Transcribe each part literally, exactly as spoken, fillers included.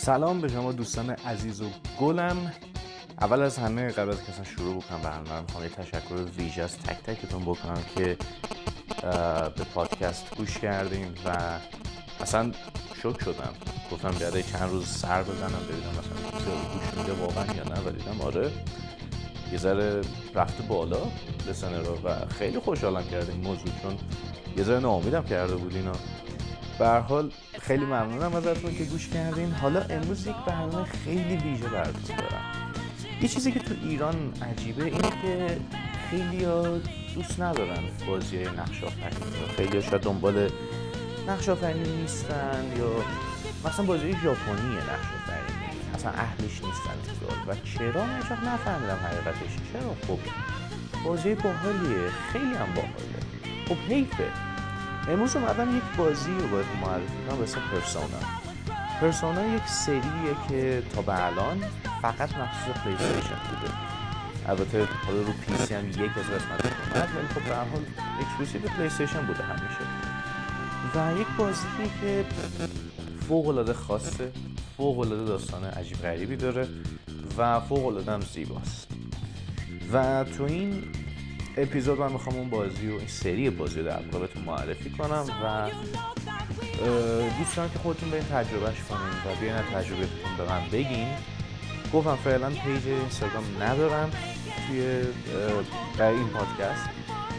سلام به شما دوستان عزیز و گلم. اول از همه قبل از که اصلا شروع بکنم برنامه میخوام یه تشکر ویژه از تک تکتون بکنم که به پادکست گوش کردین و اصلا شوک شدم. گفتم بیاده چند روز سر بزنم ببینم مثلا کسی گوش میده واقعا یا نه، و دیدم آره یه ذره رفته بالا لسنر رو و خیلی خوشحالم کرده این موضوع، چون یه ذره ناامیدم کرده بود اینا. به هر حال خیلی ممنونم ازتون که گوش کردین. حالا امروز یک برنامه خیلی ویژه براتون دارم. یه چیزی که تو ایران عجیبه اینه که خیلی‌ها دوست ندارن بازی‌های نقش آفرینی، خیلی‌ها شاید دنبال نقش آفرینی نیستن یا مثلا بازی ژاپنی نقش آفرینی اصلا اهلش نیستن و چرا من هیچ وقت نفهمیدم حقیقتش چرا. خب بازی باحالیه، خیلی هم باحاله. خب حیفه. امروز اومدم یک بازی رو باید معرفی کنم به اسم پرسونا. پرسونا یک سریه که تا به الان فقط مخصوص پلی استیشن بوده. البته حالا رو پی سی هم یک از قسمت اومد، ولی خب به هر حال اکسکلوسیو پلی استیشن بوده همیشه. و یک بازیه که فوق العاده خاصه، فوق العاده داستان عجیب غریبی داره و فوق العاده هم زیباست. و تو این اپیزود من میخوام اون بازی و این سری بازی رو در واقع بهتون معرفی کنم و دوست دارم که خودتون برین تجربهش کنین و بیاین تجربهتون به من بگین. گفتم فعلا پیج اینستاگرام ندارم توی برای این پادکست.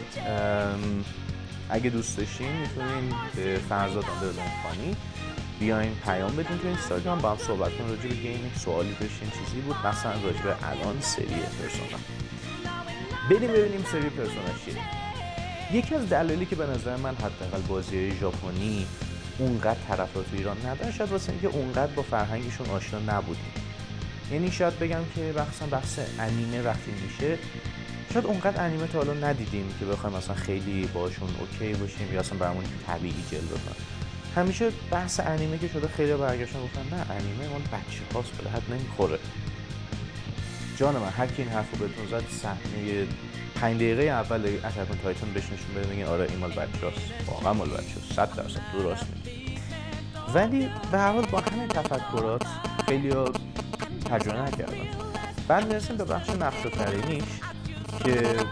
اگه دوست داشتین میتونین به فرزاد اندرلاین فانی بیاین پیام بدین تو اینستاگرام، با هم صحبت کنیم راجع به گیمینگ، سوالی داشتین چیزی بود مثلا راجع به الان سری پرسونا. بریم ببینیم سری پرسونا چیه. یکی از دلایلی که به نظر من حداقل بازی‌های ژاپنی اونقدر طرفدار تو ایران نداره شاید واسه اینکه اونقدر با فرهنگشون آشنا نبودیم. یعنی شاید بگم که مثلا بحث انیمه وقتی میشه شاید اونقدر انیمه تا حالا ندیدیم که بخوایم مثلا خیلی باشون اوکی باشیم یا اصلا برامون طبیعی جلوه کنه. همیشه بحث انیمه که شده خیلی برگشتن گفتن نه انیمه مال بچه‌هاست، به درد نمیخوره. جان من هر کی این حرفو بهتون زد صحنه پنج دقیقه اول اتاک اون تایتان بهش نشون بده میگه آره این مال بچه‌هاست، واقعا مال بچه‌هاست، صد درصد درست میگه. ولی به هر حال با همین تفکرات خیلی‌ها تجربه نکردن. بعد میرسیم به بخش نقش آفرینیش که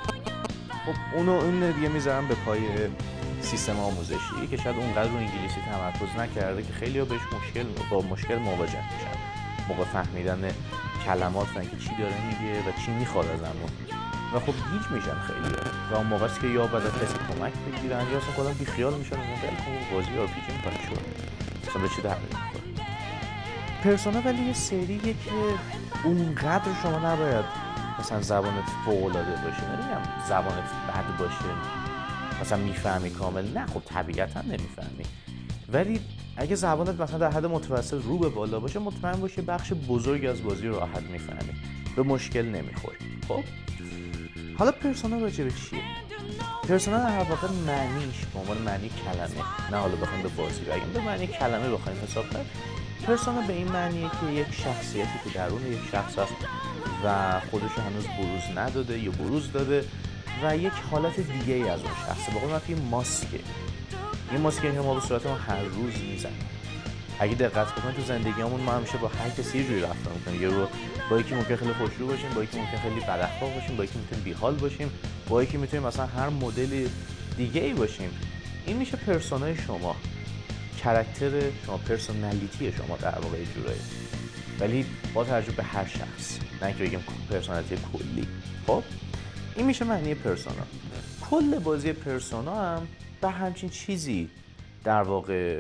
خب اونو اون دیگه میذارم به پای سیستم آموزشی که شاید اونقدر رو انگلیسی تمرکز نکرده که خیلی‌ها بهش مشکل با مشکل مواجه میشن موقع فهمیدن کلمات و اینکه چی داره میگه و چی میخواد ازمون و خب گیج میشن خیلی و اون موقعی که یا بعد از کسی کمک بگیرن یا اصلا خودم بیخیال میشن و دل خب بازی آر پی جی میکنه شو اصلا به چی در میخوره. پرسونا ولی یه سریه که اونقدر شما نباید مثلا زبانت فوق‌العاده باشه، نمیگم زبانت بد باشه مثلا میفهمی کامل، نه خب طبیعتا نمیفهمی، ولی اگه زبانت مثلا در حد متوسط رو به بالا باشه مطمئن باشه بخش بزرگی از بازی رو راحت میفهمی، به مشکل نمیخوری. خب حالا پرسونا راجع به چیه؟ پرسونا در واقع معنیش به عنوان معنی کلمه، نه حالا بخوایم به بازی بگیم به معنی کلمه بخوایم حساب کنیم، پرسونا به این معنیه که یک شخصیتی که درون یک شخص هست و خودش هنوز بروز نداده یا بروز داده و یک حالت دیگه ای از اون شخصه، به قول معروف یه ماسکه. یه ماسکه که ما به صورت ما هر روز میزنیم. اگه دقت بکنید تو زندگیامون ما همیشه با هر کسی یه جوری رفتار میکنیم، یه رو با یکی ممکن خیلی خوشرو باشیم، با یکی ممکن خیلی بد اخلاق باشیم، با یکی میتونیم بیحال باشیم، با یکی میتونیم مثلا هر مدل دیگه ای باشیم. این میشه پرسونای شما، کاراکتر شما، پرسونالیتی شما در واقع یه جورایی، ولی با توجه به هر شخص، نه اینکه بگیم پرسونالیتی کلی. خب این میشه معنی پرسونا. کل بازی پرسونا هم به همچین چیزی در واقع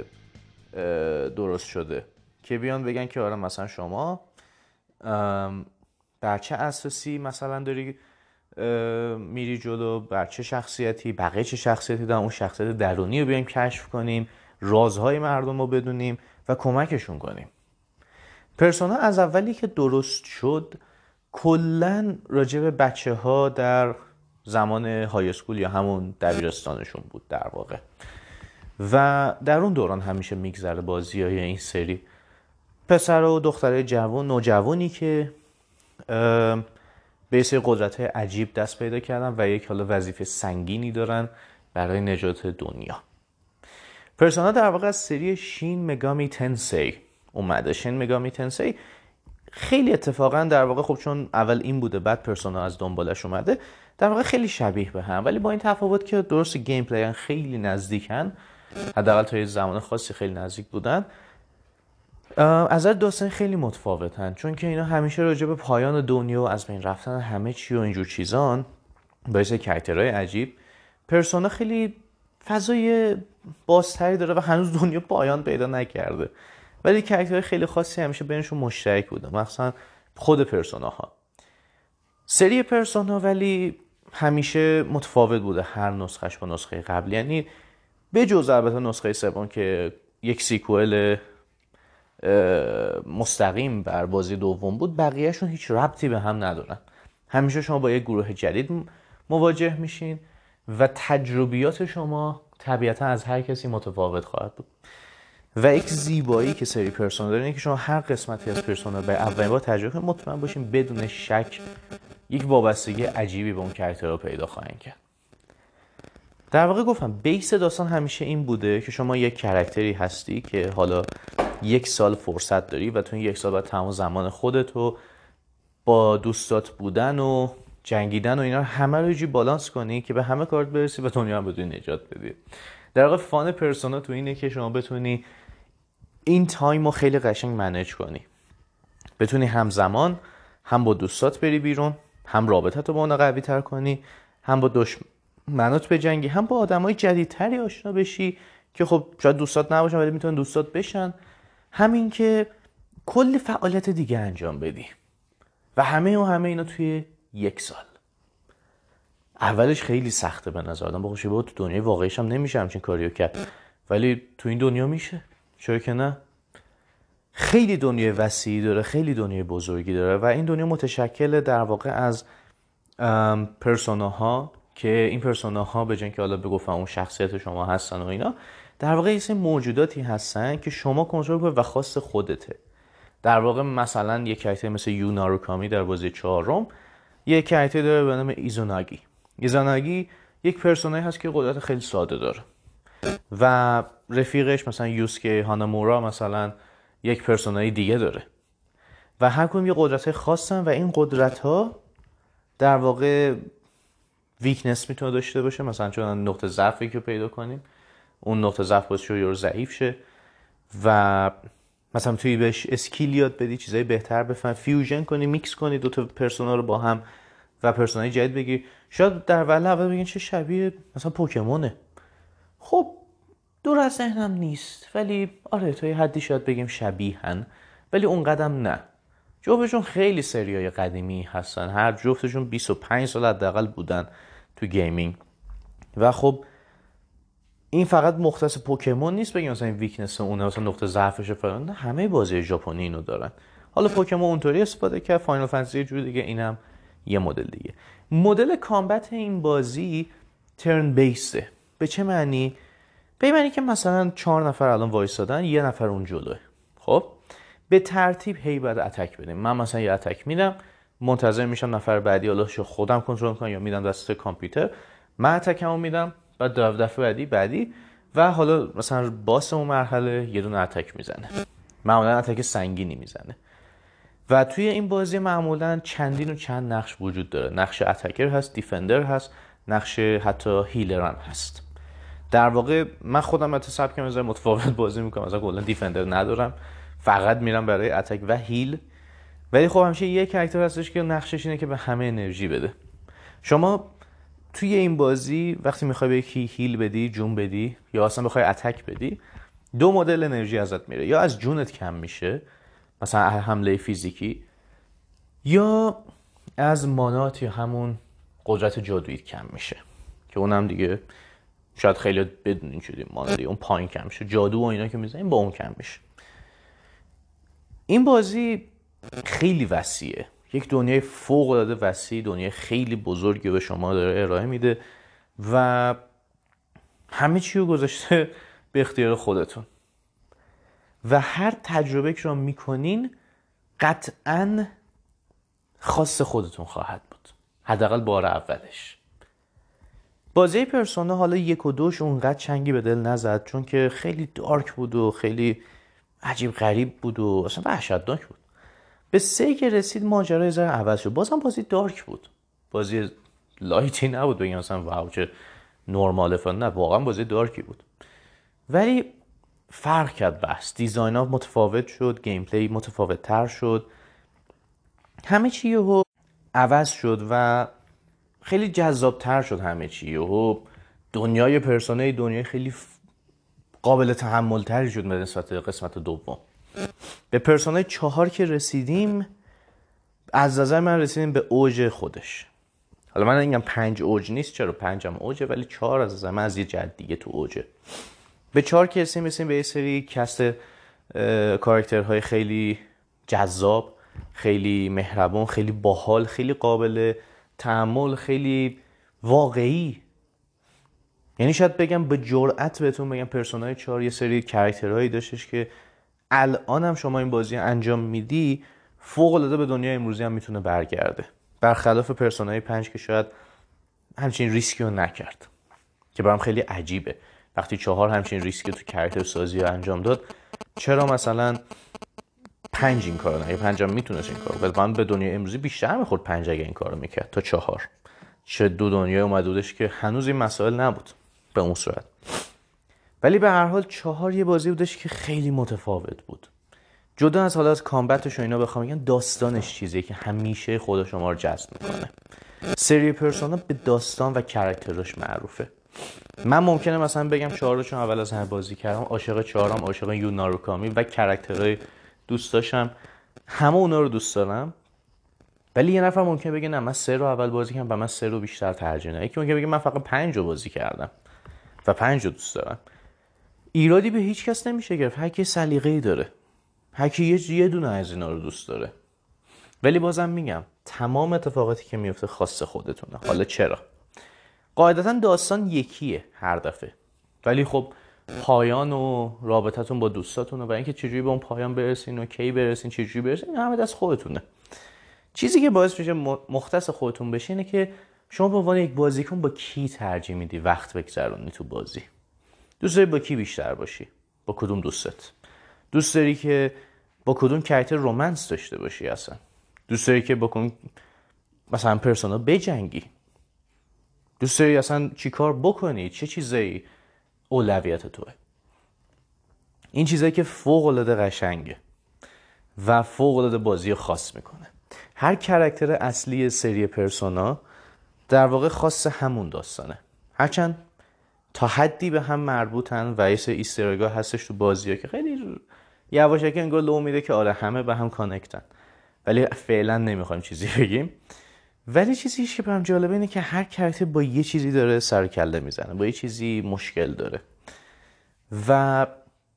درست شده که بیان بگن که آره مثلا شما بر چه اساسی مثلا داری میری جلو، بر چه شخصیتی، بقیه چه شخصیتی دارن، اون شخصیت درونی رو بیایم کشف کنیم، رازهای مردم رو بدونیم و کمکشون کنیم. پرسونا از اولی که درست شد کلن راجع به بچه ها در زمان های اسکول یا همون دبیرستانشون بود در واقع و در اون دوران همیشه میگذره بازی های این سری. پسر و دختره جوان نوجوانی که به سری قدرت های عجیب دست پیدا کردن و یک حالا وظیفه سنگینی دارن برای نجات دنیا. پرسونا در واقع از سری شین مگامی تنسی اومده. شین مگامی تنسی خیلی اتفاقا در واقع خب چون اول این بوده بعد پرسونا از دنبالش اومده، در واقع خیلی شبیه به هم، ولی با این تفاوت که درست گیم پلی خیلی نزدیکن، حداقل تا یه زمان خاصی خیلی نزدیک بودن. از نظر داستانی خیلی متفاوتن، چون که اینا همیشه راجع به پایان دنیا و از بین رفتن همه چی و اینجور چیزان باعث کاراکترهای عجیب. پرسونا خیلی فضای بازتری داره و هنوز دنیا پایان پیدا نکرده، ولی کاراکترهای خیلی خاصی همیشه بینشون مشترک بوده، مثلا خود پرسوناها. سری پرسونا ولی همیشه متفاوت بوده هر نسخهش با نسخه قبل، یعنی به جز البته نسخه سوم که یک سیکوئل مستقیم بر بازی دوم بود، بقیهشون هیچ ربطی به هم ندارن. همیشه شما با یک گروه جدید مواجه میشین و تجربیات شما طبیعتا از هر کسی متفاوت خواهد بود. و یک زیبایی که سری پرسونا داره اینه که شما هر قسمتی از پرسونا به اولین بار تجربه کنید، مطمئن باشین بدون شک یک وابستگی عجیبی به اون کاراکترها پیدا خواهید کرد. در واقع گفتم بیس داستان همیشه این بوده که شما یک کاراکتری هستی که حالا یک سال فرصت داری و تو این یک سال باید تمام زمان خودتو با دوستات بودن و جنگیدن و اینا همه رو یه بالانس کنی که به همه کارت برسی و دنیا هم بتونی نجات بدی. در واقع فان پرسونا تو اینه که شما بتونی این تایم رو خیلی قشنگ منیج کنی، بتونی همزمان هم با دوستات بری بیرون، هم رابطت رو با اونا قوی تر کنی، هم با دشمنات بجنگی، هم با آدمای جدیدتری آشنا بشی که خب شاید دوستات نباشن ولی میتونن دوستات بشن، همین که کلی فعالیت دیگه انجام بدی و همه و همه اینا توی یک سال. اولش خیلی سخته به نظر آدم، باشه با تو دنیای واقعیش هم نمیشه همچین کاریو کرد، ولی تو این دنیا میشه، چرا که نه؟ خیلی دنیای وسیعی داره، خیلی دنیای بزرگی داره و این دنیا متشکل در واقع از پرسوناها که این پرسوناها به جای اینکه حالا بگفتم اون شخصیت شما هستن و اینا، در واقع این موجوداتی هستن که شما کنترل کنی و خاص خودته. در واقع مثلا یک کاراکتر مثل یو ناروکامی در بازی چهارم یک کاراکتر داره به نام ایزوناگی. ایزوناگی یک پرسونایی هست که قدرت خیلی ساده داره و رفیقش مثلا یوسکه هانامورا مثلا یک پرسونای دیگه داره و هر کدوم یه قدرت خاصن و این قدرت ها در واقع ویکنس میتونه داشته باشه، مثلا چون نقطه ضعفی که پیدا کنیم اون نقطه ضعف باعث شه یارو ضعیف شه و مثلا توی بهش اسکیل یاد بدی، چیزای بهتر بفهم، فیوژن کنی، میکس کنی دو تا پرسونا رو با هم و پرسونای جدید بگی. شاید در وهله اول بگین چه شبیه مثلا پوکمونه، خب دور از ذهنم نیست، ولی آره تا یه حدی شاید بگیم شبیهن، ولی اون قدم نه. جفتشون خیلی سریای قدیمی هستن، هر جفتشون بیست و پنج سال حداقل بودن تو گیمینگ و خب این فقط مختص پوکمون نیست بگیم مثلا این ویکنس اونه مثلا نقطه ضعفش فلان، همه بازی ژاپنی اینو دارن. حالا پوکمون اونطوری استفاده کرد، فاینال فانتزی جور دیگه، اینم یه مدل دیگه. مدل کامبت این بازی ترن بیسته. به چه معنی؟ به معنی که مثلا چهار نفر الان وایسادن، یه نفر اون جلوه، خب به ترتیب هی بعد اتک بدیم. من مثلا یه اتک میدم، منتظر میشم نفر بعدی حالا شو خودم کنترل کنم یا میدم دست کامپیوتر، من اتکمو میدم، بعد دو دفعه بعدی بعدی و حالا مثلا باس اون مرحله یه دونه اتک میزنه، معمولا اتک سنگینی میزنه. و توی این بازی معمولا چندین و چند نقش وجود داره، نقش اتکر هست، دیفندر هست، نقش حتی هیلر هم هست. در واقع من خودم متصاب که مثلا متفاوت بازی میکنم، مثلا کلا دیفندر ندارم، فقط میرم برای اتک و هیل، ولی خب همیشه یه کاراکتر هستش که نقشش اینه که به همه انرژی بده. شما توی این بازی وقتی میخوای به یکی هیل بدی، جون بدی یا اصلا بخوای اتک بدی، دو مدل انرژی ازت میره، یا از جونت کم میشه مثلا حمله فیزیکی، یا از مانات یا همون قدرت جادویی کم میشه که اونم دیگه شاید خیلی بدونین شدیم مانات اون پایین کم میشه، جادو و اینا که میزنیم با اون کم میشه. این بازی خیلی وسیعه، یک دنیای فوق العاده وسیع، دنیای خیلی بزرگی به شما داره ارائه میده و همه چی رو گذاشته به اختیار خودتون و هر تجربه که رو میکنین قطعاً خاص خودتون خواهد بود، حداقل بار اولش. بازی پرسونا حالا یک و دوش اونقدر چنگی به دل نزد چون که خیلی دارک بود و خیلی عجیب غریب بود و اصلا وحشتناک بود. به سه که رسید ماجرا ذره عوض شد. بازم بازی دارک بود، بازی لایتی نبود بگم مثلا واو چه نرماله فن، نه واقعا بازی دارکی بود. ولی فرق کرد بس، دیزاین ها متفاوت شد، گیم پلی متفاوت تر شد، همه چی یهو عوض شد و خیلی جذاب تر شد همه چی. یهو دنیای پرسونای دنیای خیلی قابل تحمل تری شد به نسبت قسمت دوم. به پرسونای چهار که رسیدیم از نظر من رسیدیم به اوج خودش. حالا من نمیگم پنج اوج نیست، چرا پنجم اوجه، ولی چهار از نظر من از یه جد دیگه تو اوجه. به چهار که رسیدیم رسیدیم به یه سری کست کاراکترهای خیلی جذاب، خیلی مهربان، خیلی باحال، خیلی قابل تحمل، خیلی واقعی. یعنی شاید بگم به جرئت بهتون بگم پرسونای چهار یه سری کاراکترهایی داشتش که الان هم شما این بازی انجام میدی فوق العاده به دنیای امروزی هم میتونه برگرده، برخلاف پرسونای پنج که شاید همچین ریسکی رو نکرد، که برام خیلی عجیبه وقتی چهار همچین ریسکی تو کاراکتر سازی رو انجام داد، چرا مثلا پنج این کارو نکرد؟ پنج هم میتونست این کارو کنه. من به دنیای امروزی بیشتر میخورد پنج اگه این کارو میکرد تا چهار. چه دو دنیای اومده بودش که هنوز این مسائل نبود به اون صورت. ولی به هر حال چهار یه بازی بودش که خیلی متفاوت بود. جدا از حالا از کامبتش و اینا بخوام بگم، داستانش چیزیه که همیشه خود شما رو جذب میکنه. سری پرسونا به داستان و کاراکترش معروفه. من ممکنه مثلا بگم چهار رو چون اول از همه بازی کردم، عاشق چهارم، عاشق یو ناروکامی و کاراکترهای دوست داشتم، همه اونا رو دوست دارم. ولی یه نفر ممکنه بگه نه من سه رو اول بازی کردم و من سه رو بیشتر ترجیح میدم. یکی ممکنه بگه من فقط پنج رو بازی کردم و پنج رو دوست دارم. ایرادی به هیچ کس نمیشه گرفت، هر کی سلیقه‌ای داره، هر کی یه یه دونه از اینا رو دوست داره. ولی بازم میگم تمام اتفاقاتی که میفته خاص خودتونه. حالا چرا؟ قاعدتا داستان یکیه هر دفعه، ولی خب پایان و رابطتون با دوستاتون و اینکه چجوری به اون پایان برسین و کی برسین، چجوری برسین، این همه دست خودتونه. چیزی که باعث میشه مختص خودتون بشه اینه که شما به عنوان یک بازیکن با کی ترجیح میدی وقت بگذرونی تو بازی. دوست داری با کی بیشتر باشی؟ با کدوم دوستت؟ دوست داری که با کدوم کاراکتر رومانس داشته باشی؟ اصلا دوست داری که با کدوم مثلا پرسونا بجنگی؟ دوست داری اصلا چی کار بکنی؟ چه چیزایی اولویت توه؟ این چیزایی که فوق العاده قشنگه و فوق العاده بازی خاص میکنه. هر کاراکتر اصلی سری پرسونا در واقع خاص همون داستانه، هرچند تا حدی به هم مربوطن و یه سری ایستر اگ‌ها هستش تو بازی‌ها که خیلی یواشکی انگار لو میده که آره همه به هم کانکتن، ولی فعلا نمیخوایم چیزی بگیم. ولی چیزی که برام جالبه اینه که هر کاراکتر با یه چیزی داره سر کله میزنه، با یه چیزی مشکل داره و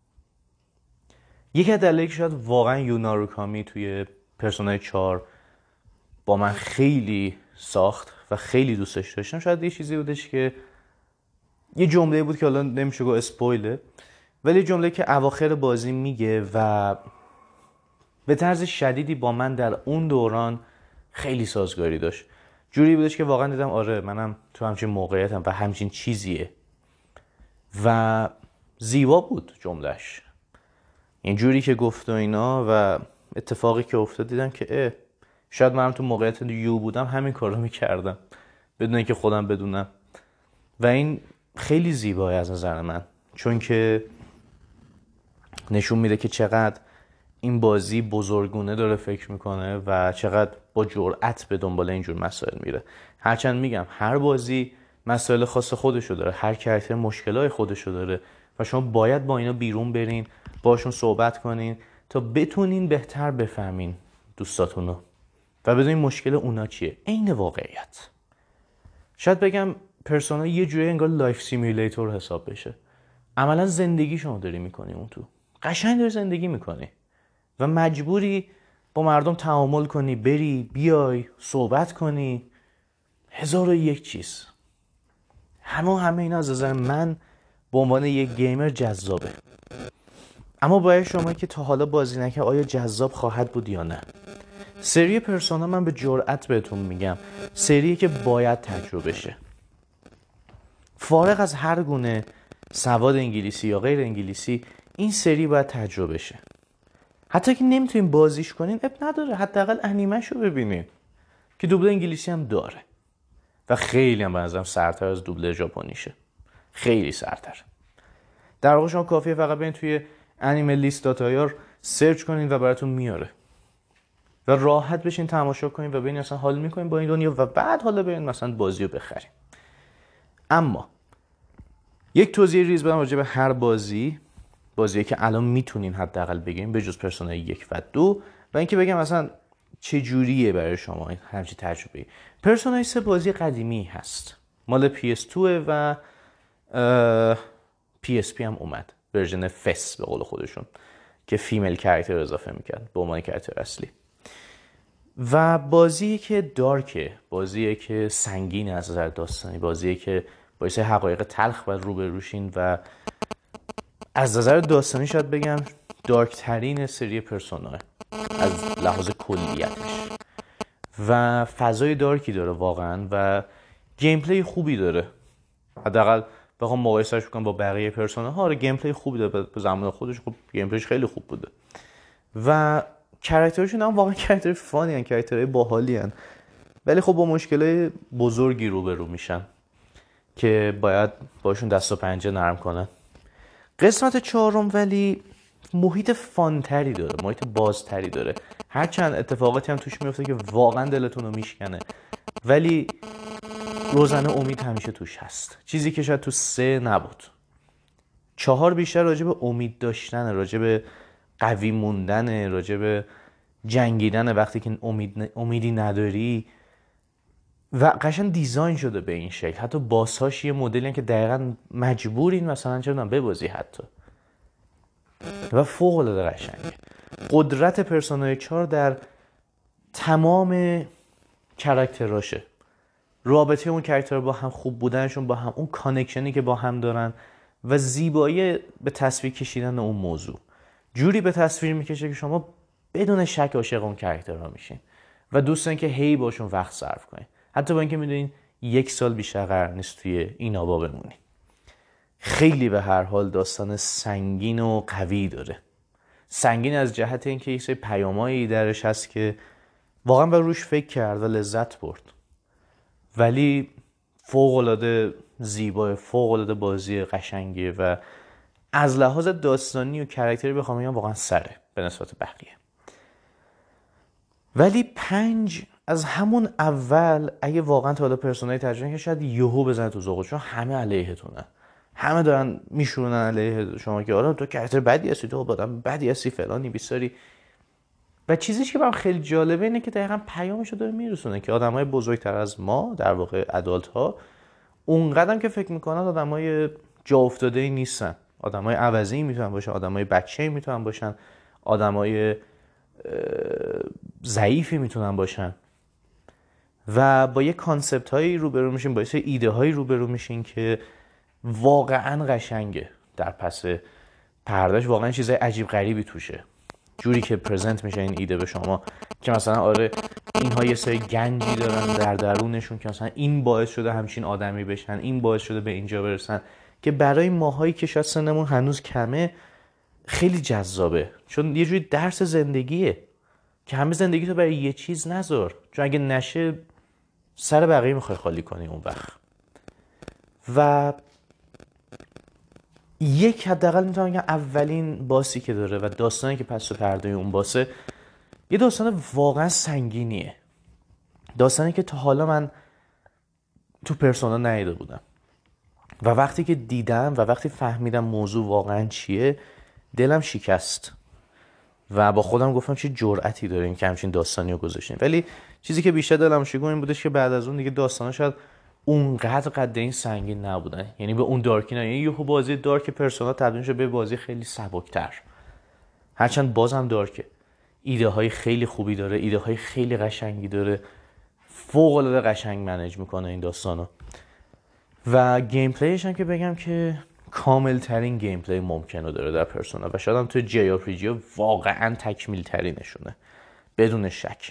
یکی از دلایلی که شاید واقعا یو ناروکامی توی پرسونای چهار با من خیلی ساخت و خیلی دوستش داشتم، شاید یه چیزی بودش که یه جمله بود که حالا نمیشه گفت اسپویله، ولی جمله که اواخر بازی میگه و به طرز شدیدی با من در اون دوران خیلی سازگاری داشت. جوری بودش که واقعا دیدم آره منم تو همچین موقعیتم و همچین چیزیه و زیبا بود جملهش. این جوری که گفت و اینا و اتفاقی که افتاد دیدم که اه شاید منم تو موقعیت یو بودم همین کار رو میکردم بدون اینکه خودم بدونم. و این خیلی زیباه از نظر من، چون که نشون میده که چقدر این بازی بزرگونه داره فکر میکنه و چقدر با جرأت به دنبال اینجور مسائل میره. هرچند میگم هر بازی مسائل خاص خودشو داره، هر کاراکتر مشکلات خودشو داره و شما باید با اینا بیرون برین، باشون صحبت کنین تا بتونین بهتر بفهمین دوستاتونو و بدونین مشکل اونا چیه. عین واقعیت. شاید بگم پرسونا یه جوری انگار لایف سیمولیتور حساب بشه. عملا زندگی شما داری میکنی اون تو. قشنگ داری زندگی میکنی و مجبوری با مردم تعامل کنی، بری بیای صحبت کنی، هزار و یک چیز. همه همه اینا از نظر من به عنوان یک گیمر جذابه. اما باید شما که تا حالا بازی نکرد آیا جذاب خواهد بود یا نه؟ سری پرسونا من به جرئت بهتون میگم سریه که باید تجربه شه. فارغ از هر گونه سواد انگلیسی یا غیر انگلیسی این سری باید تجربه شه. حتی که نمیتونین بازیش کنین اب نداره، حداقل انیمه‌شو ببینین که دوبله انگلیسی هم داره و خیلی هم به نظرم سرتر از دوبله ژاپنیشه، خیلی سرتر. در واقع شما کافیه فقط برین توی انیمه لیست داتایار سرچ کنین و براتون میاره و راحت بشین تماشا کنین و ببینین اصلا حال میکنین با این دنیا و بعد حالا برین مثلا بازی رو بخرین. اما یک توضیح ریز بدم راجع به هر بازی، بازیه که الان میتونین حداقل بگین به جز پرسونا یک و دو، و اینکه بگم مثلا چه جوریه برای شما همچین تجربه. پرسونا سه بازی قدیمی هست، مال پی اس دو و پی اس پی هم اومد، ورژن فس به قول خودشون که فیمیل کاراکتر اضافه میکرد به عنوان کاراکتر اصلی. و بازیه که دارکه، بازیه که سنگینه از نظر داستانی، بازیه که باعث حقایق تلخ باید روبروشین و از نظر داستانی شاید بگم دارک ترین سری پرسونا از لحاظ کلیتش و فضای دارکی داره واقعا و گیم پلی خوبی داره. حداقل بخوام مقایسهش بکنم با بقیه پرسونا ها، گیم پلی خوبی داره، به زمان خودش خب گیم پلیش خیلی خوب بوده و کاراکترشون هم واقعا کاراکتر فانی ان، کاراکترهای باحالی ان، ولی خب با مشکلات بزرگی روبرو میشن که باید باشون دست و پنجه نرم کنن. قسمت چهارم ولی محیط فانتری داره، محیط بازتری داره، هرچند اتفاقاتی هم توش میفته که واقعا دلتون رو میشکنه، ولی روزنه امید همیشه توش هست، چیزی که شاید تو سه نبود. چهار بیشتر راجع به امید داشتن، راجع به قوی موندن، راجع به جنگیدن وقتی که امید امیدی نداری و قشنگ دیزاین شده به این شکل. حتی باساش یه مدلی که دقیقاً مجبورین مثلا چه بدونم ببازی حتی و فوق العاده قشنگه. قدرت پرسونا چهار در تمام کاراکتراشه، رابطه اون کاراکتر با هم، خوب بودنشون با هم، اون کانکشنی که با هم دارن و زیبایی به تصویر کشیدن اون موضوع جوری به تصویر میکشه که شما بدون شک عاشق اون کاراکترها میشین و دوست دارین که هی باشون وقت صرف کنین، حتی با اینکه میدونین یک سال بیشتر قرار نیست توی این آبا بمونین. خیلی به هر حال داستان سنگین و قوی داره، سنگین از جهت اینکه یه سری پیامایی درش هست که واقعا به روش فکر کرد و لذت برد، ولی فوق العاده زیبا، فوق العاده بازی قشنگیه و از لحاظ داستانی و کاراکتری بخوام بگم واقعا سره به نسبت بقیه. ولی پنج از همون اول اگه واقعا تا حالا پرسونای تجربه که شاید یهو بزنه تو ذوقت، چون همه علیهتونه، همه دارن میشورونن علیه شما که آره تو کاراکتر بدی هستی، تو آدم بدی هستی، فلانی بیساری. و چیزیش که برام خیلی جالبه اینه که دقیقاً پیامشو داره میرسونه که آدمای بزرگتر از ما، در واقع ادالت ها، اونقدرم که فکر میکنن آدمای جا افتاده‌ای نیستن، آدمای عوضی میتونن باشن، آدمای بچه‌ای میتونن باشن، آدمای ضعیفی میتونن باشن و با یه کانسپت هایی روبرو میشین، با یه ایده هایی روبرو میشین که واقعا قشنگه. در پس پرداش واقعا چیزای عجیب غریبی توشه، جوری که پرزنت میشه این ایده به شما که مثلا آره اینها یه سری گنجی دارن در درونشون که مثلا این باعث شده همچین آدمی بشن، این باعث شده به اینجا برسن، که برای ماهایی که شاید سنمون هنوز کمه خیلی جذابه، چون یه جوری درس زندگیه که همه زندگی تو برای یه چیز نذار، چون اگه نشه سر بقیه میخوای خالی کنی اون وقت. و یک حداقل میتونم بگم اولین باسی که داره و داستانی که پس پرده اون باسه یه داستان واقعا سنگینیه، داستانی که تا حالا من تو پرسونا ندیده بودم و وقتی که دیدم و وقتی فهمیدم موضوع واقعا چیه دلم شکست و با خودم گفتم چه جرأتی دارین که همچین داستانی رو گذاشتین. ولی چیزی که بیشتر دلم شکست این بودش که بعد از اون دیگه داستانا شاید اونقدر قد این سنگین نبودن، یعنی به اون دارکی نه، یعنی یه بازی دارک پرسونا تبدیل شده به بازی خیلی سبکتر، هرچند بازم دارکه، ایده های خیلی خوبی داره، ایده های خیلی قشنگی داره، فوق العاده قشنگ منیج میکنه این داستانو و گیم پلیش هم که بگم که کامل ترین گیم پلی ممکنه داره در پرسونا و شاید هم تو جی آر پی جی واقعا تکمیل ترینشونه بدون شک.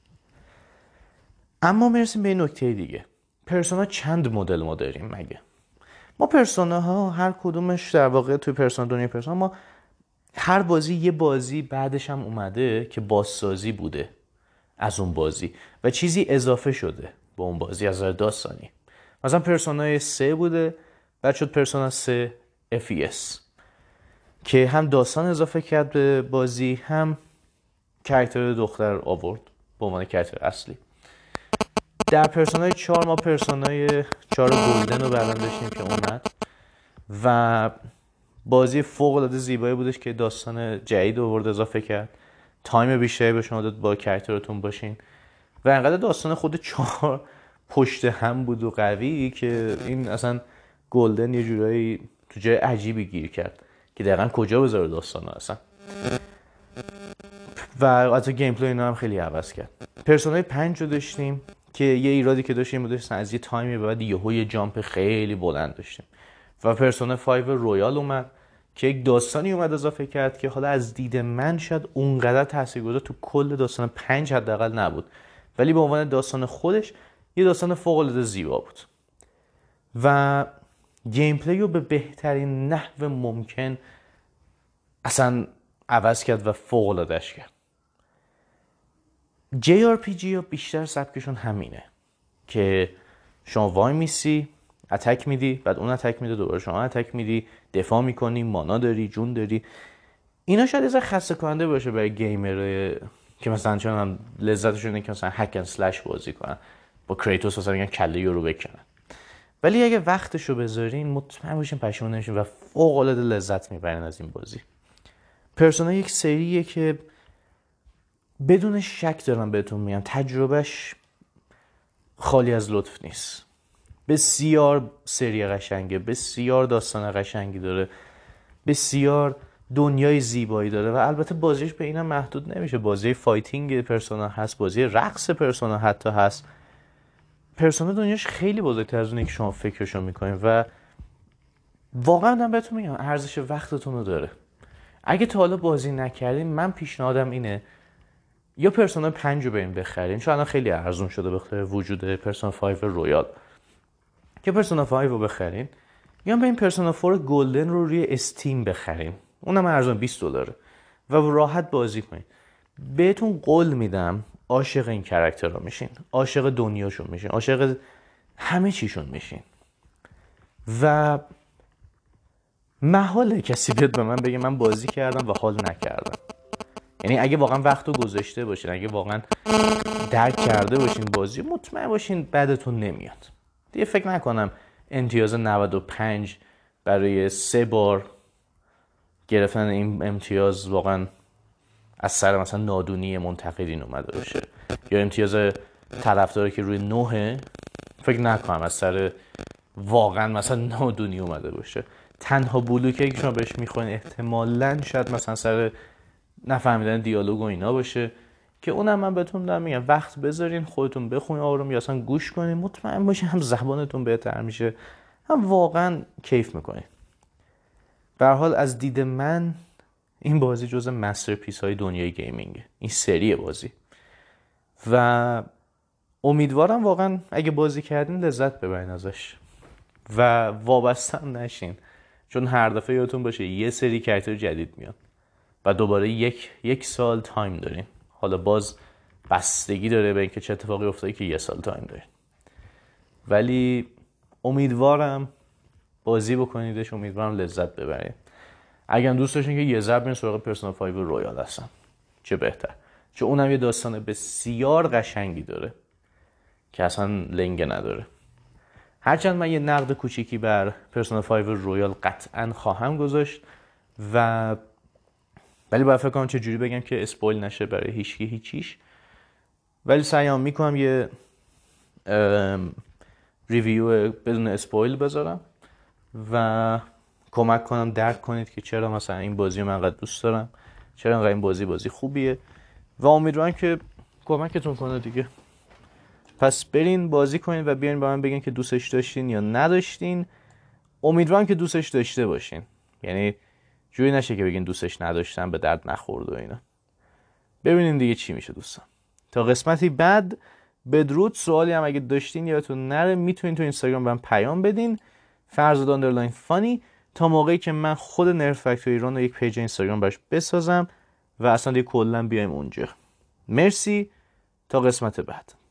اما میرسیم به این نکته دیگه، پرسونا چند مدل ما داریم مگه؟ ما پرسونا ها هر کدومش در واقع توی پرسونا دنیای پرسونا ما هر بازی یه بازی بعدش هم اومده که بازسازی بوده از اون بازی و چیزی اضافه شده به اون بازی از نظر داستانی. مثلا پرسونا سه بوده، بعد شد پرسونا سه اف ای اس که هم داستان اضافه کرد به بازی، هم کاراکتر دختر آورد به عنوان کاراکتر اصلی. در پرسونای چهار ما پرسونای چهار گلدن رو بعداً داشتیم که اومد و بازی فوق العاده زیبایی بودش که داستان جدید آورد اضافه کرد، تایم بیشتری به شما داد با کاراکترتون باشین و انقدر داستان خود چهار پشت هم بود و قوی که این اصلا گلدن یه جورایی تو جای عجیبی گیر کرد که دقیقا کجا بذاره داستانو اصلا، و حتی گیم پلی اینا هم خیلی عوض کرد. پرسونای پنج رو داشتیم که یه ایرادی که داشتیم بودش از یه تایمی بعد یهو یه جامپ خیلی بلند داشتیم و پرسونا پنج رویال اومد که یک داستانی اومد اضافه کرد که حالا از دید من شاید اونقدر تاثیرگذار تو کل داستان پنج حداقل نبود، ولی به عنوان داستان خودش یه داستان فوق العاده زیبا بود و گیم پلی رو به بهترین نحو ممکن اصلا عوض کرد و فوق العاده‌اش کرد. جی آر پی جی ها بیشتر سبکشون همینه که شما وای میسی اتک میدی، بعد اون اتک میده، دوباره شما اتک میدی، دفاع میکنی، مانا داری، جون داری. اینا شاید یه ذره خسته کننده باشه برای گیمر که مثلا چون هم لذتشون اینه که مثلا هک اند اسلش بازی کنن، با کریتوس مثلا میگن کله یورو بکنن، ولی اگه وقتشو بذارین مطمئن باشین پشیمون نمیشین و فوق العاده لذت میبرین از این بازی. پرسونا یک سریه که بدون شک دارم بهتون میگم تجربهش خالی از لطف نیست. بسیار سری قشنگه، بسیار داستان قشنگی داره، بسیار دنیای زیبایی داره و البته بازیش به اینم محدود نمیشه. بازی فایتینگ پرسونا هست، بازی رقص پرسونا حتی هست. پرسونا دنیاش خیلی بزرگتر از اونه که شما فکرشو میکنین و واقعا من بهتون میگم ارزش وقتتون رو داره. اگه تا حالا بازی نکردین من پیشنهادم اینه یا پرسونا پنج رو بریم بخرین، چون الان خیلی ارزون شده به خاطر وجود پرسونا پنج رویال، که پرسونا پنج رو بخرین، یا بریم پرسونا چهار گلدن رو روی استیم بخرین، اونم ارزون بیست دلاره و راحت بازی کنین. بهتون قول میدم عاشق این کاراکترها میشین، عاشق دنیاشون میشین، عاشق همه چیشون میشین و محاله کسی بیاد به من بگه من بازی کردم و حال نکردم. یعنی اگه واقعا وقتو گذاشته باشین، اگه واقعا درک کرده باشین بازی، مطمئن باشین بعدتون نمیاد. دیگه فکر نکنم امتیاز نود و پنج برای سه بار گرفتن این امتیاز واقعا از سر مثلا نادونی منتقدین اومده باشه، یا امتیاز طرفداری که روی نه فکر نکنم از سر واقعا مثلا نادونی اومده باشه. تنها بلوکه که شما بهش میخواین احتمالاً شاید مثلا سر نفهمیدن دیالوگ و اینا باشه، که اونم من بهتون دارم میگم وقت بذارین خودتون بخونین آروم یا اصلا گوش کنین، مطمئن باشین هم زبانتون بهتر میشه هم واقعا کیف میکنین. به هر حال از دید من این بازی جزء مسترپیس های دنیای گیمینگه، این سری بازی، و امیدوارم واقعا اگه بازی کردین لذت ببرین ازش و وابسته نشین، چون هر دفعه یادتون باشه یه سری کاراکتر جدید میاد و دوباره یک یک سال تایم دارین. حالا باز بستگی داره به اینکه چه اتفاقی افتاده که یه سال تایم دارین، ولی امیدوارم بازی بکنیدش، امیدوارم لذت ببرید. اگر دوست داشتین که یه ضرب برین سراغ پرسونا پنج رویال هستن چه بهتر، چون اونم یه داستان بسیار قشنگی داره که اصلا لنگه نداره. هرچند من یه نقد کوچیکی بر پرسونا پنج رویال قطعا خواهم گذاشت و ولی باید فکر کنم چه جوری بگم که اسپویل نشه برای هیچکی هیچیش، ولی سعیم میکنم یه ریویو بدون اسپویل بذارم و کمک کنم درک کنید که چرا مثلا این بازی من انقدر دوست دارم، چرا انقدر این بازی بازی خوبیه و امیدوارم که کمکتون کنه دیگه. پس برین بازی کنین و بیاین با من بگین که دوستش داشتین یا نداشتین. امیدوارم که دوستش داشته باشین، یعنی جوری نشه که بگین دوستش نداشتم به درد نخورد و اینا. ببینیم دیگه چی میشه دوستان. تا قسمتی بعد بدرود. سوالی هم اگه داشتین یادتون نره میتونین تو اینستاگرام برام پیام بدین فرزاد آندرلاین فانی تا موقعی که من خود نرف فکتوری ران رو یک پیج اینستاگرام براش بسازم و اصلا دیگه کلا بیایم اونجا. مرسی تا قسمت بعد.